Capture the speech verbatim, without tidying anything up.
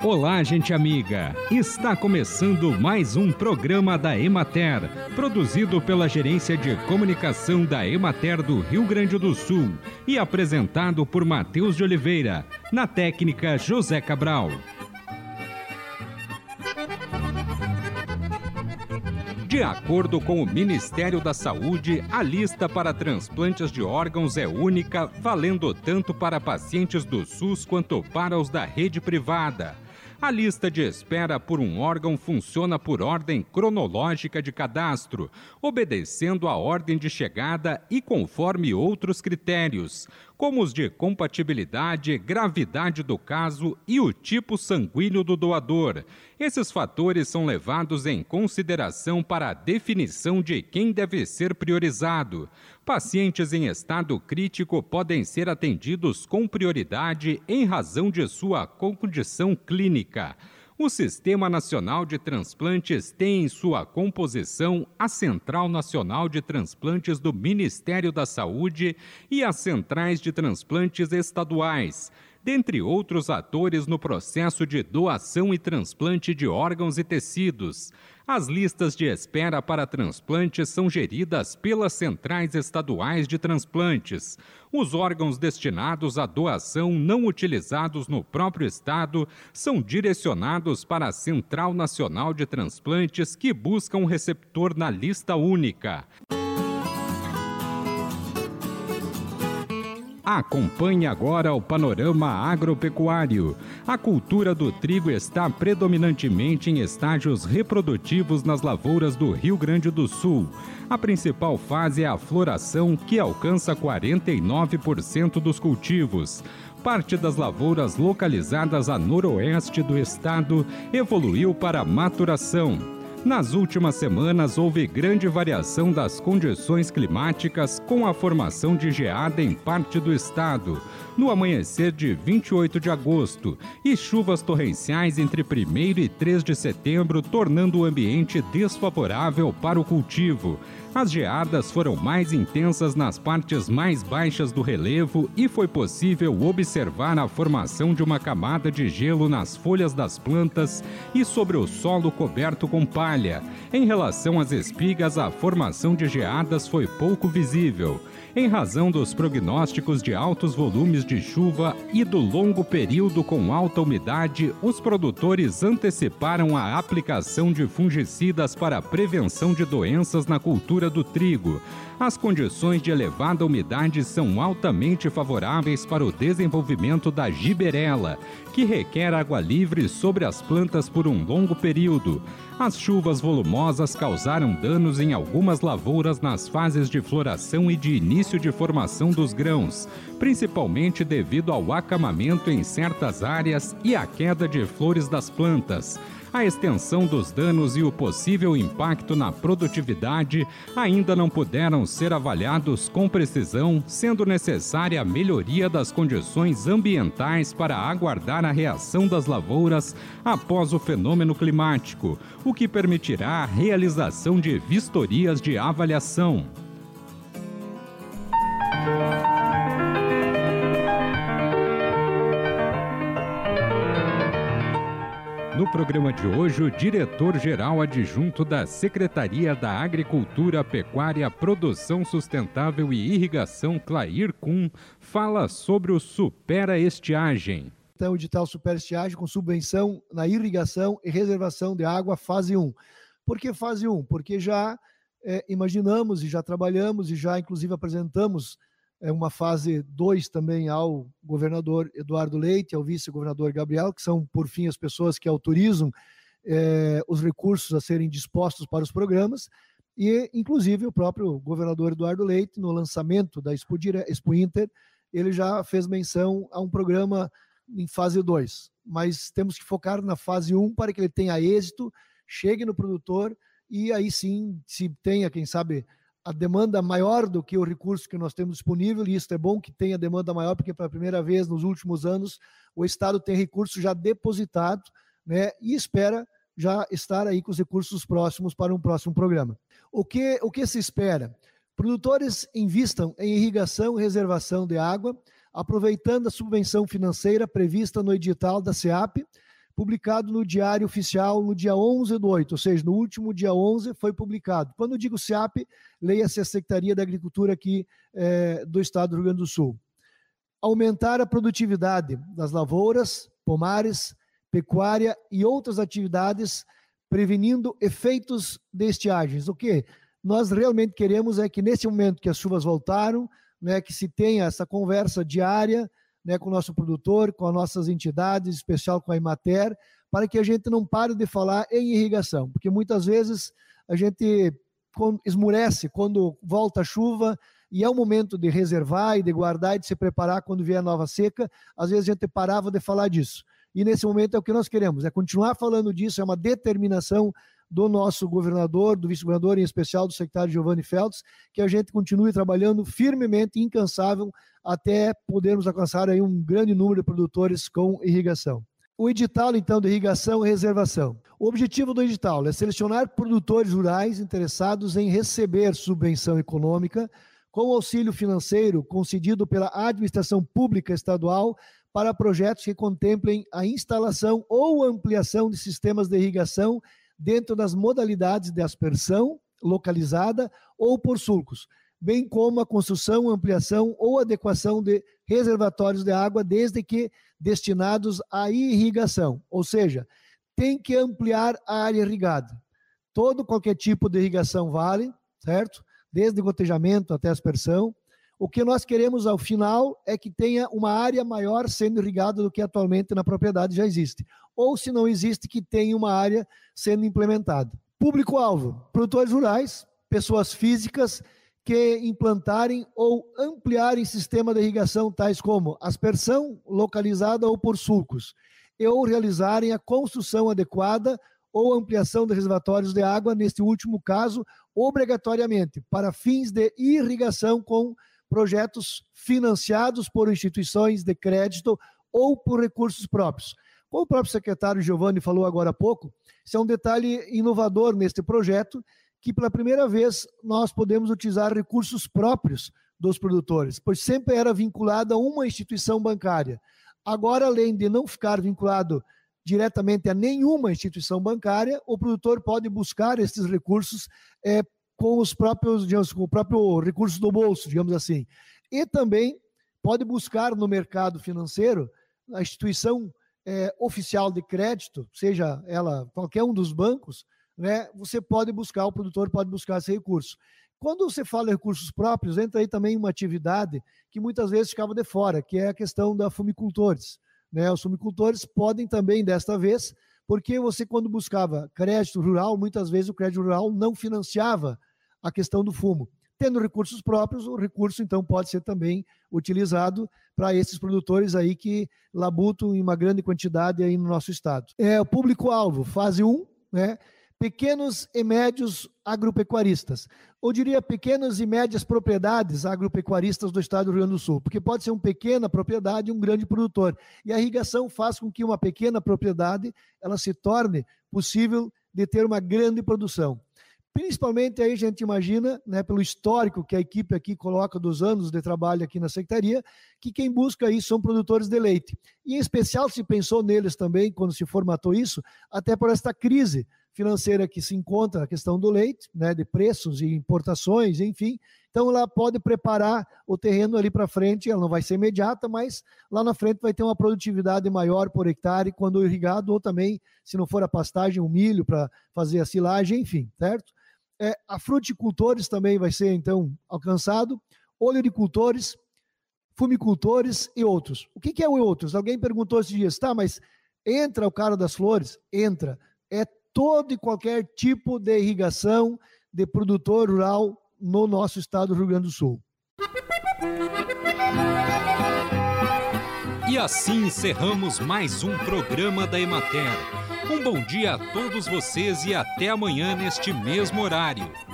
Olá, gente amiga! Está começando mais um programa da Emater, produzido pela Gerência de Comunicação da Emater do Rio Grande do Sul e apresentado por Matheus de Oliveira, na técnica José Cabral. De acordo com o Ministério da Saúde, a lista para transplantes de órgãos é única, valendo tanto para pacientes do SUS quanto para os da rede privada. A lista de espera por um órgão funciona por ordem cronológica de cadastro, obedecendo à ordem de chegada e conforme outros critérios, como os de compatibilidade, gravidade do caso e o tipo sanguíneo do doador. Esses fatores são levados em consideração para a definição de quem deve ser priorizado. Pacientes em estado crítico podem ser atendidos com prioridade em razão de sua condição clínica. O Sistema Nacional de Transplantes tem em sua composição a Central Nacional de Transplantes do Ministério da Saúde e as Centrais de Transplantes Estaduais, dentre outros atores no processo de doação e transplante de órgãos e tecidos. As listas de espera para transplantes são geridas pelas centrais estaduais de transplantes. Os órgãos destinados à doação não utilizados no próprio estado são direcionados para a Central Nacional de Transplantes, que busca um receptor na lista única. Acompanhe agora o panorama agropecuário. A cultura do trigo está predominantemente em estágios reprodutivos nas lavouras do Rio Grande do Sul. A principal fase é a floração, que alcança quarenta e nove por cento dos cultivos. Parte das lavouras localizadas a noroeste do estado evoluiu para a maturação. Nas últimas semanas, houve grande variação das condições climáticas, com a formação de geada em parte do estado, no amanhecer de vinte e oito de agosto, e chuvas torrenciais entre primeiro e três de setembro, tornando o ambiente desfavorável para o cultivo. As geadas foram mais intensas nas partes mais baixas do relevo e foi possível observar a formação de uma camada de gelo nas folhas das plantas e sobre o solo coberto com palha. Em relação às espigas, a formação de geadas foi pouco visível. Em razão dos prognósticos de altos volumes de chuva e do longo período com alta umidade, os produtores anteciparam a aplicação de fungicidas para a prevenção de doenças na cultura do trigo. As condições de elevada umidade são altamente favoráveis para o desenvolvimento da giberela, que requer água livre sobre as plantas por um longo período. As chuvas volumosas causaram danos em algumas lavouras nas fases de floração e de início de formação dos grãos, principalmente devido ao acamamento em certas áreas e à queda de flores das plantas. A extensão dos danos e o possível impacto na produtividade ainda não puderam ser avaliados com precisão, sendo necessária a melhoria das condições ambientais para aguardar a reação das lavouras após o fenômeno climático, o que permitirá a realização de vistorias de avaliação. No programa de hoje, o diretor-geral adjunto da Secretaria da Agricultura, Pecuária, Produção Sustentável e Irrigação, Clair Kuhn, fala sobre o Supera-Estiagem. Então, o edital Supera-Estiagem com subvenção na irrigação e reservação de água, fase um. Por que fase um? Porque já é, imaginamos e já trabalhamos e já, inclusive, apresentamos é uma fase dois também ao governador Eduardo Leite, ao vice-governador Gabriel, que são, por fim, as pessoas que autorizam eh, os recursos a serem dispostos para os programas, e, inclusive, o próprio governador Eduardo Leite, no lançamento da Expo, Expo Inter, ele já fez menção a um programa em fase dois, mas temos que focar na fase um para que ele tenha êxito, chegue no produtor, e aí sim, se tenha, quem sabe, a demanda maior do que o recurso que nós temos disponível, e isso é bom que tenha demanda maior, porque pela primeira vez nos últimos anos o Estado tem recurso já depositado, né, e espera já estar aí com os recursos próximos para um próximo programa. O que, o que se espera? Produtores invistam em irrigação e reservação de água, aproveitando a subvenção financeira prevista no edital da SEAP, publicado no Diário Oficial no dia onze do oito, ou seja, no último dia onze foi publicado. Quando eu digo SEAP, leia-se a Secretaria da Agricultura aqui é, do Estado do Rio Grande do Sul. Aumentar a produtividade das lavouras, pomares, pecuária e outras atividades, prevenindo efeitos de estiagens. O que nós realmente queremos é que, nesse momento que as chuvas voltaram, né, que se tenha essa conversa diária, né, com o nosso produtor, com as nossas entidades, em especial com a Emater, para que a gente não pare de falar em irrigação, porque muitas vezes a gente esmurece quando volta a chuva e é o momento de reservar e de guardar e de se preparar quando vier a nova seca. Às vezes a gente parava de falar disso. E nesse momento é o que nós queremos, é continuar falando disso, é uma determinação do nosso governador, do vice-governador, em especial do secretário Giovanni Feltz, que a gente continue trabalhando firmemente, incansável, até podermos alcançar aí um grande número de produtores com irrigação. O edital, então, de irrigação e reservação. O objetivo do edital é selecionar produtores rurais interessados em receber subvenção econômica com auxílio financeiro concedido pela administração pública estadual para projetos que contemplem a instalação ou ampliação de sistemas de irrigação dentro das modalidades de aspersão localizada ou por sulcos, bem como a construção, ampliação ou adequação de reservatórios de água, desde que destinados à irrigação, ou seja, tem que ampliar a área irrigada. Todo, qualquer tipo de irrigação vale, certo? Desde gotejamento até aspersão. O que nós queremos ao final é que tenha uma área maior sendo irrigada do que atualmente na propriedade já existe. Ou, se não existe, que tenha uma área sendo implementada. Público-alvo: produtores rurais, pessoas físicas que implantarem ou ampliarem sistema de irrigação tais como aspersão localizada ou por sulcos, e ou realizarem a construção adequada ou ampliação de reservatórios de água, neste último caso, obrigatoriamente, para fins de irrigação com projetos financiados por instituições de crédito ou por recursos próprios. Como o próprio secretário Giovanni falou agora há pouco, isso é um detalhe inovador neste projeto, que pela primeira vez nós podemos utilizar recursos próprios dos produtores, pois sempre era vinculado a uma instituição bancária. Agora, além de não ficar vinculado diretamente a nenhuma instituição bancária, o produtor pode buscar esses recursos é, com os próprios, digamos, com o próprio recurso do bolso, digamos assim. E também pode buscar no mercado financeiro a instituição é, oficial de crédito, seja ela qualquer um dos bancos, né, você pode buscar, o produtor pode buscar esse recurso. Quando você fala em recursos próprios, entra aí também uma atividade que muitas vezes ficava de fora, que é a questão da fumicultores. Né? Os fumicultores podem também, desta vez, porque você, quando buscava crédito rural, muitas vezes o crédito rural não financiava a questão do fumo. Tendo recursos próprios, o recurso, então, pode ser também utilizado para esses produtores aí que labutam em uma grande quantidade aí no nosso estado. É, o público-alvo, fase um, né? Pequenos e médios agropecuaristas, ou diria pequenas e médias propriedades agropecuaristas do estado do Rio Grande do Sul, porque pode ser uma pequena propriedade e um grande produtor. E a irrigação faz com que uma pequena propriedade ela se torne possível de ter uma grande produção. Principalmente aí a gente imagina, né, pelo histórico que a equipe aqui coloca dos anos de trabalho aqui na Secretaria, que quem busca isso são produtores de leite. E em especial se pensou neles também, quando se formatou isso, até por esta crise financeira que se encontra, a questão do leite, né, de preços e importações, enfim. Então ela pode preparar o terreno ali para frente, ela não vai ser imediata, mas lá na frente vai ter uma produtividade maior por hectare quando irrigado, ou também, se não for a pastagem, o milho para fazer a silagem, enfim, certo? É, a fruticultores também vai ser, então, alcançado, oleoricultores, fumicultores e outros. O que, que é o outros? Alguém perguntou esses dias, tá, mas entra o cara das flores? Entra. É todo e qualquer tipo de irrigação de produtor rural no nosso estado do Rio Grande do Sul. E assim encerramos mais um programa da Emater. Um bom dia a todos vocês e até amanhã neste mesmo horário.